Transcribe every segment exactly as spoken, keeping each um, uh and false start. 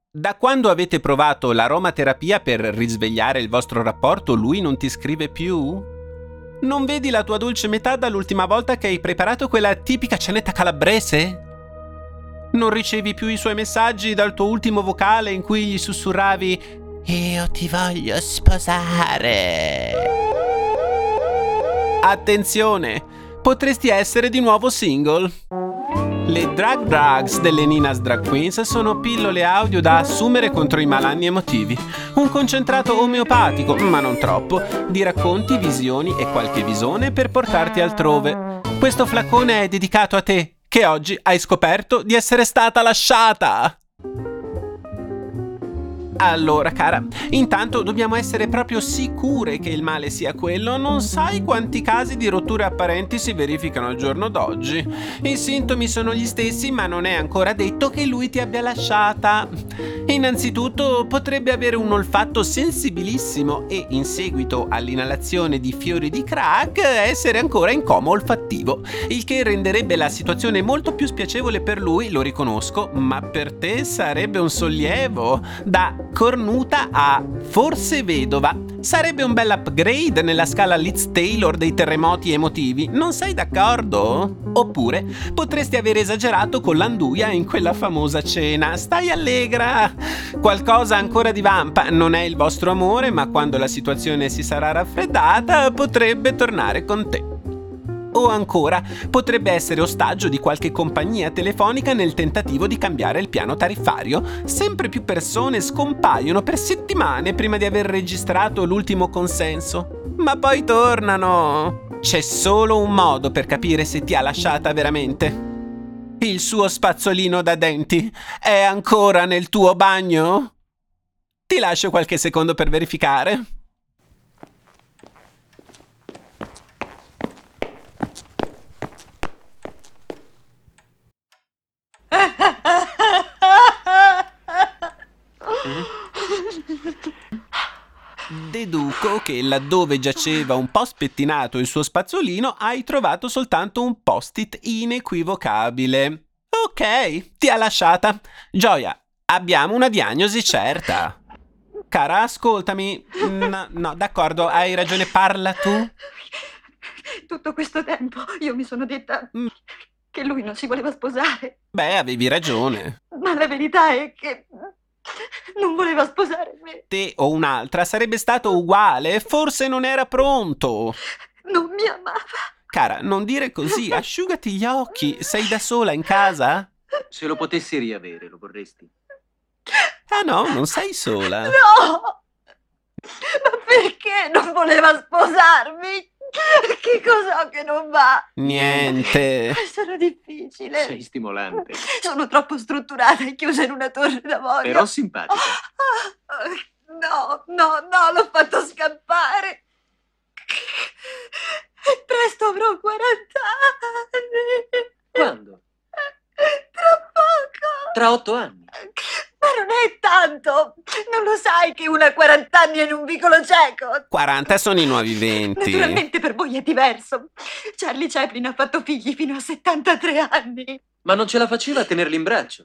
Da quando avete provato l'aromaterapia per risvegliare il vostro rapporto, lui non ti scrive più? Non vedi la tua dolce metà dall'ultima volta che hai preparato quella tipica cenetta calabrese? Non ricevi più i suoi messaggi dal tuo ultimo vocale in cui gli sussurravi «Io ti voglio sposare». Attenzione! Potresti essere di nuovo single. Le Drag Drugs delle Nina's Drag Queens sono pillole audio da assumere contro i malanni emotivi. Un concentrato omeopatico, ma non troppo, di racconti, visioni e qualche visone per portarti altrove. Questo flacone è dedicato a te, che oggi hai scoperto di essere stata lasciata. Allora, cara, intanto dobbiamo essere proprio sicure che il male sia quello. Non sai quanti casi di rotture apparenti si verificano al giorno d'oggi. I sintomi sono gli stessi, ma non è ancora detto che lui ti abbia lasciata. Innanzitutto, potrebbe avere un olfatto sensibilissimo e, in seguito all'inalazione di fiori di crack, essere ancora in coma olfattivo, il che renderebbe la situazione molto più spiacevole per lui, lo riconosco, ma per te sarebbe un sollievo. Da cornuta a forse vedova sarebbe un bel upgrade nella scala Litz-Taylor dei terremoti emotivi, non sei d'accordo? Oppure potresti aver esagerato con l'anduia in quella famosa cena. Stai allegra! Qualcosa ancora di vampa, non è il vostro amore, ma quando la situazione si sarà raffreddata potrebbe tornare con te. O ancora, potrebbe essere ostaggio di qualche compagnia telefonica nel tentativo di cambiare il piano tariffario. Sempre più persone scompaiono per settimane prima di aver registrato l'ultimo consenso, ma poi tornano. C'è solo un modo per capire se ti ha lasciata veramente. Il suo spazzolino da denti è ancora nel tuo bagno? Ti lascio qualche secondo per verificare. Deduco che laddove giaceva un po' spettinato il suo spazzolino hai trovato soltanto un post-it inequivocabile. Ok, ti ha lasciata. Gioia, abbiamo una diagnosi certa. Cara, ascoltami. No, no, d'accordo, hai ragione, parla tu. Tutto questo tempo io mi sono detta mm. che lui non si voleva sposare. Beh, avevi ragione. Ma la verità è che non voleva sposare me. Te o un'altra sarebbe stato uguale, forse non era pronto. Non mi amava. Cara, non dire così, asciugati gli occhi. Sei da sola in casa? Se lo potessi riavere, lo vorresti? Ah no, non sei sola. No! Ma perché non voleva sposarmi? Che cosa ho che non va? Niente. Sono difficile. Sei stimolante. Sono troppo strutturata e chiusa in una torre d'avorio. Però simpatica. No, no, no, l'ho fatto scappare. E presto avrò quaranta anni. Quando? Tra poco. Tra otto anni. Ma non è tanto. Non lo sai che una a quaranta anni è in un vicolo cieco? quaranta sono i nuovi venti. Naturalmente per voi è diverso. Charlie Chaplin ha fatto figli fino a settantatré anni. Ma non ce la faceva a tenerli in braccio?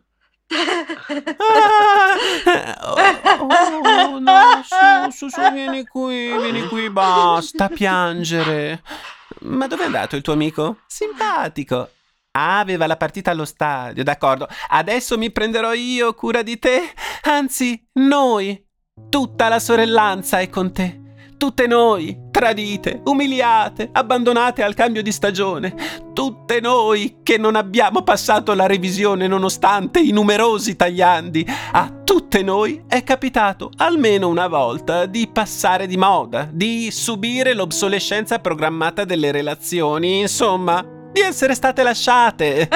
Ah, oh, oh, no, su, su, su, vieni qui, vieni qui, basta piangere. Ma dove è andato il tuo amico? Simpatico. Ah, aveva la partita allo stadio, d'accordo. Adesso mi prenderò io cura di te. Anzi, noi. Tutta la sorellanza è con te. Tutte noi, tradite, umiliate, abbandonate al cambio di stagione. Tutte noi che non abbiamo passato la revisione nonostante i numerosi tagliandi. A tutte noi è capitato almeno una volta di passare di moda, di subire l'obsolescenza programmata delle relazioni, insomma, di essere state lasciate.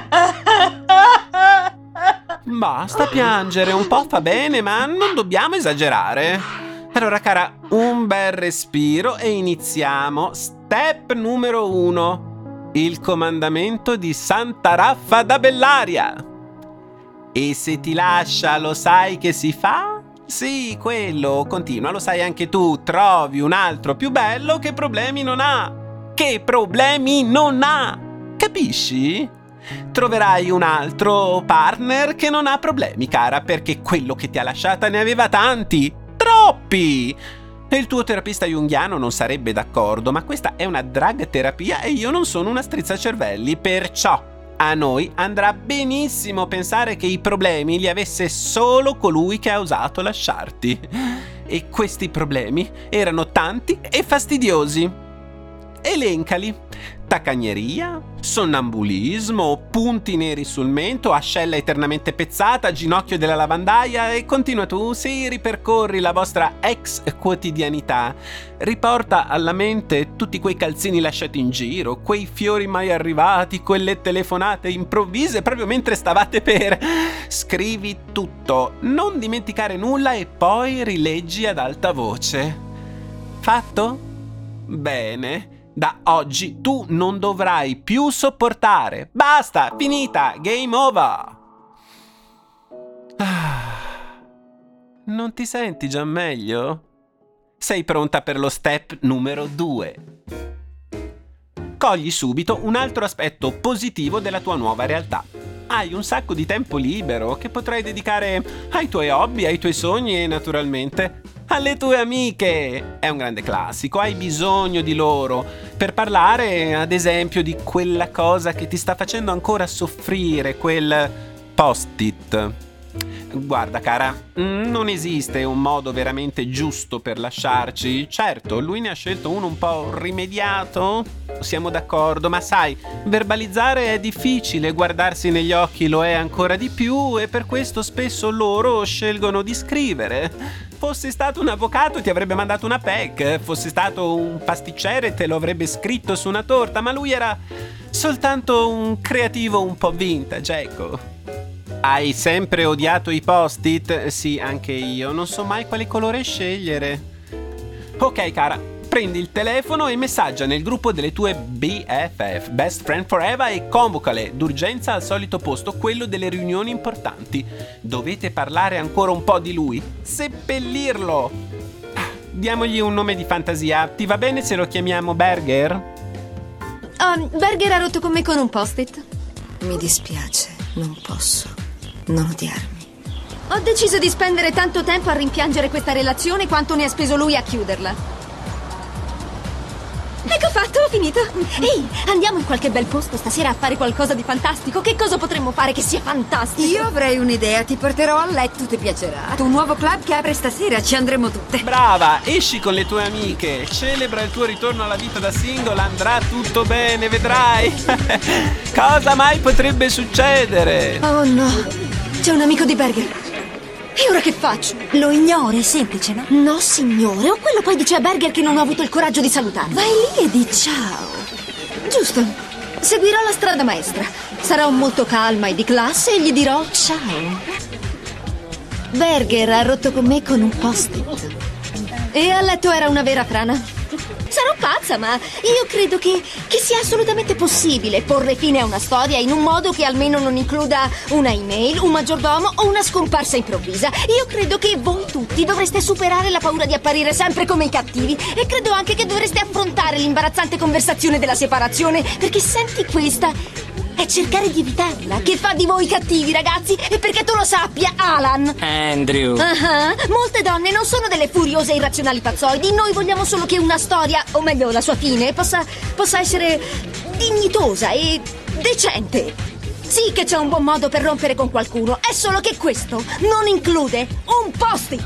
Basta piangere, un po' fa bene, ma non dobbiamo esagerare. Allora, cara, un bel respiro e iniziamo. Step numero uno. Il comandamento di Santa Raffa da Bellaria. E se ti lascia, lo sai che si fa? Sì, quello, continua, lo sai anche tu. Trovi un altro più bello che problemi non ha. Che problemi non ha. Capisci? Troverai un altro partner che non ha problemi, cara, perché quello che ti ha lasciata ne aveva tanti, troppi. E il tuo terapista junghiano non sarebbe d'accordo, ma questa è una drag terapia e io non sono una strizzacervelli, perciò a noi andrà benissimo pensare che i problemi li avesse solo colui che ha osato lasciarti. E questi problemi erano tanti e fastidiosi. Elencali: taccagneria, sonnambulismo, punti neri sul mento, ascella eternamente pezzata, ginocchio della lavandaia, e continua tu, sì, ripercorri la vostra ex quotidianità. Riporta alla mente tutti quei calzini lasciati in giro, quei fiori mai arrivati, quelle telefonate improvvise proprio mentre stavate per... Scrivi tutto, non dimenticare nulla e poi rileggi ad alta voce. Fatto? Bene. Da oggi tu non dovrai più sopportare. Basta, finita, game over. Ah, non ti senti già meglio? Sei pronta per lo step numero due. Cogli subito un altro aspetto positivo della tua nuova realtà. Hai un sacco di tempo libero che potrai dedicare ai tuoi hobby, ai tuoi sogni e naturalmente alle tue amiche. È un grande classico, hai bisogno di loro per parlare, ad esempio, di quella cosa che ti sta facendo ancora soffrire, quel post-it. Guarda, cara, non esiste un modo veramente giusto per lasciarci. Certo, lui ne ha scelto uno un po' rimediato, siamo d'accordo, ma sai, verbalizzare è difficile, guardarsi negli occhi lo è ancora di più, e per questo spesso loro scelgono di scrivere. Fossi stato un avvocato ti avrebbe mandato una P E C, fossi stato un pasticcere te lo avrebbe scritto su una torta, ma lui era soltanto un creativo un po' vintage, ecco. Hai sempre odiato i post-it? Sì, anche io. Non so mai quale colore scegliere. Ok, cara, prendi il telefono e messaggia nel gruppo delle tue B F F, Best Friend Forever, e convocale d'urgenza al solito posto, quello delle riunioni importanti. Dovete parlare ancora un po' di lui, seppellirlo. Diamogli un nome di fantasia. Ti va bene se lo chiamiamo Berger? Oh, Berger ha rotto con me con un post-it. Mi dispiace, non posso non odiarmi. Ho deciso di spendere tanto tempo a rimpiangere questa relazione quanto ne ha speso lui a chiuderla. Ecco fatto, ho finito. Ehi, andiamo in qualche bel posto stasera a fare qualcosa di fantastico. Che cosa potremmo fare che sia fantastico? Io avrei un'idea, ti porterò a letto, ti piacerà. Tu un nuovo club che apre stasera, ci andremo tutte. Brava, esci con le tue amiche, celebra il tuo ritorno alla vita da single, andrà tutto bene, vedrai. Cosa mai potrebbe succedere? Oh no, c'è un amico di Berger. E ora che faccio? Lo ignori, è semplice, no? No, signore, o quello poi dice a Berger che non ho avuto il coraggio di salutarlo. Vai lì e di ciao. Giusto, seguirò la strada maestra. Sarò molto calma e di classe e gli dirò ciao. Berger ha rotto con me con un post-it. E a letto era una vera frana. Sarò pazza, ma io credo che, che sia assolutamente possibile porre fine a una storia in un modo che almeno non includa una email, un maggiordomo o una scomparsa improvvisa. Io credo che voi tutti dovreste superare la paura di apparire sempre come i cattivi, e credo anche che dovreste affrontare l'imbarazzante conversazione della separazione, perché senti, questa è cercare di evitarla che fa di voi cattivi, ragazzi, e perché tu lo sappia, Alan. Andrew. Uh-huh. Molte donne non sono delle furiose e irrazionali pazzoidi. Noi vogliamo solo che una storia, o meglio la sua fine, possa, possa essere dignitosa e decente. Sì che c'è un buon modo per rompere con qualcuno, è solo che questo non include un post-it.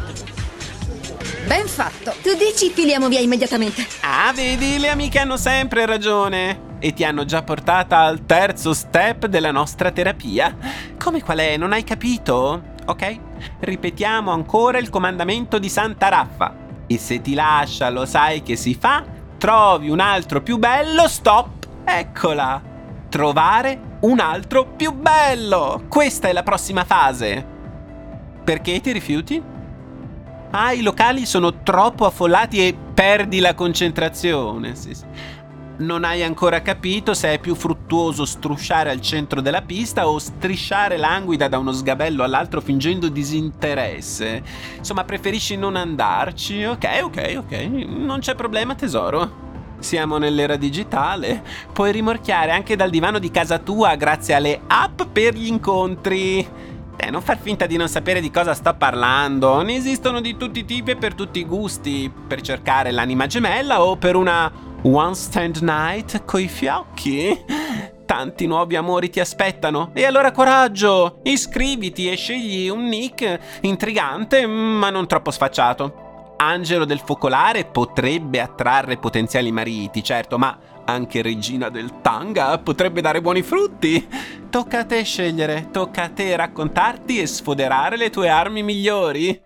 Ben fatto. Tu dici filiamo via immediatamente. Ah, vedi, le amiche hanno sempre ragione. E ti hanno già portata al terzo step della nostra terapia. Come qual è? Non hai capito? Ok? Ripetiamo ancora il comandamento di Santa Raffa. E se ti lascia, lo sai che si fa? Trovi un altro più bello, stop. Eccola. Trovare un altro più bello. Questa è la prossima fase. Perché ti rifiuti? Ah, i locali sono troppo affollati e perdi la concentrazione. Sì, sì. Non hai ancora capito se è più fruttuoso strusciare al centro della pista o strisciare languida da uno sgabello all'altro fingendo disinteresse. Insomma, preferisci non andarci? Ok, ok, ok. Non c'è problema, tesoro. Siamo nell'era digitale. Puoi rimorchiare anche dal divano di casa tua grazie alle app per gli incontri. Eh, non far finta di non sapere di cosa sto parlando. Ne esistono di tutti i tipi e per tutti i gusti. Per cercare l'anima gemella o per una one stand night coi fiocchi. Tanti nuovi amori ti aspettano. E allora coraggio! Iscriviti e scegli un nick intrigante ma non troppo sfacciato. Angelo del Focolare potrebbe attrarre potenziali mariti, certo, ma anche Regina del Tanga potrebbe dare buoni frutti. Tocca a te scegliere, tocca a te raccontarti e sfoderare le tue armi migliori.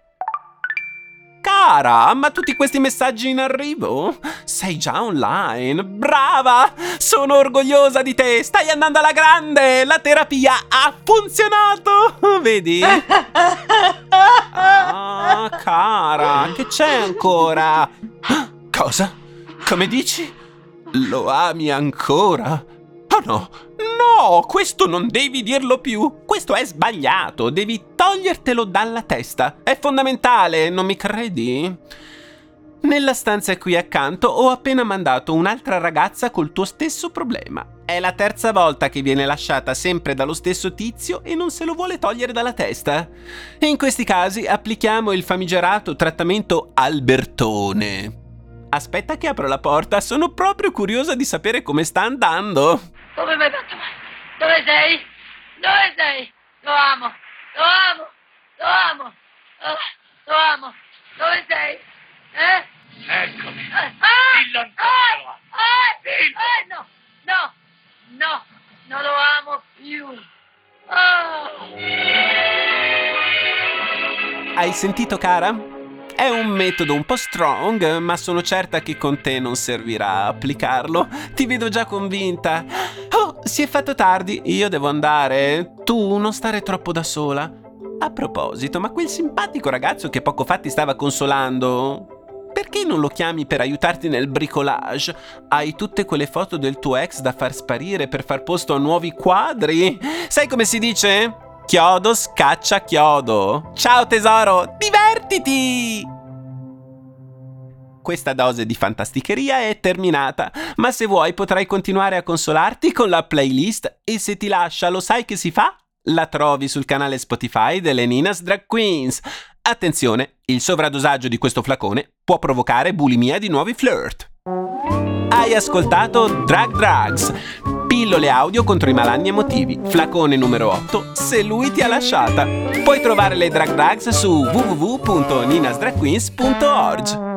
Cara, ma tutti questi messaggi in arrivo? Sei già online? Brava! Sono orgogliosa di te! Stai andando alla grande! La terapia ha funzionato! Vedi? Ah, cara, che c'è ancora? Cosa? Come dici? Lo ami ancora? Oh no! No, questo non devi dirlo più. Questo è sbagliato. Devi togliertelo dalla testa. È fondamentale, non mi credi? Nella stanza qui accanto ho appena mandato un'altra ragazza col tuo stesso problema. È la terza volta che viene lasciata sempre dallo stesso tizio e non se lo vuole togliere dalla testa. E in questi casi applichiamo il famigerato trattamento Albertone. Aspetta che apro la porta, sono proprio curiosa di sapere come sta andando. Come mi hai fatto male? Dove sei? Dove sei? Lo amo, lo amo, lo amo, lo, lo amo. Dove sei? Eh? Eccomi. Eh, ah! Dillo ancora. Ah! Ah! Dillo. Eh, no, no, no, non lo amo più. Ah! Hai sentito, cara? È un metodo un po' strong, ma sono certa che con te non servirà applicarlo. Ti vedo già convinta. Oh, si è fatto tardi, io devo andare. Tu non stare troppo da sola. A proposito, ma quel simpatico ragazzo che poco fa ti stava consolando, perché non lo chiami per aiutarti nel bricolage? Hai tutte quelle foto del tuo ex da far sparire per far posto a nuovi quadri. Sai come si dice? Chiodo scaccia chiodo. Ciao tesoro, divertiti! Questa dose di fantasticheria è terminata, ma se vuoi potrai continuare a consolarti con la playlist e se ti lascia lo sai che si fa? La trovi sul canale Spotify delle Nina's Drag Queens. Attenzione, il sovradosaggio di questo flacone può provocare bulimia di nuovi flirt. Hai ascoltato Drag Drugs, pillole audio contro i malanni emotivi, flacone numero otto, se lui ti ha lasciata. Puoi trovare le Drag Drugs su w w w punto ninasdragqueens punto org.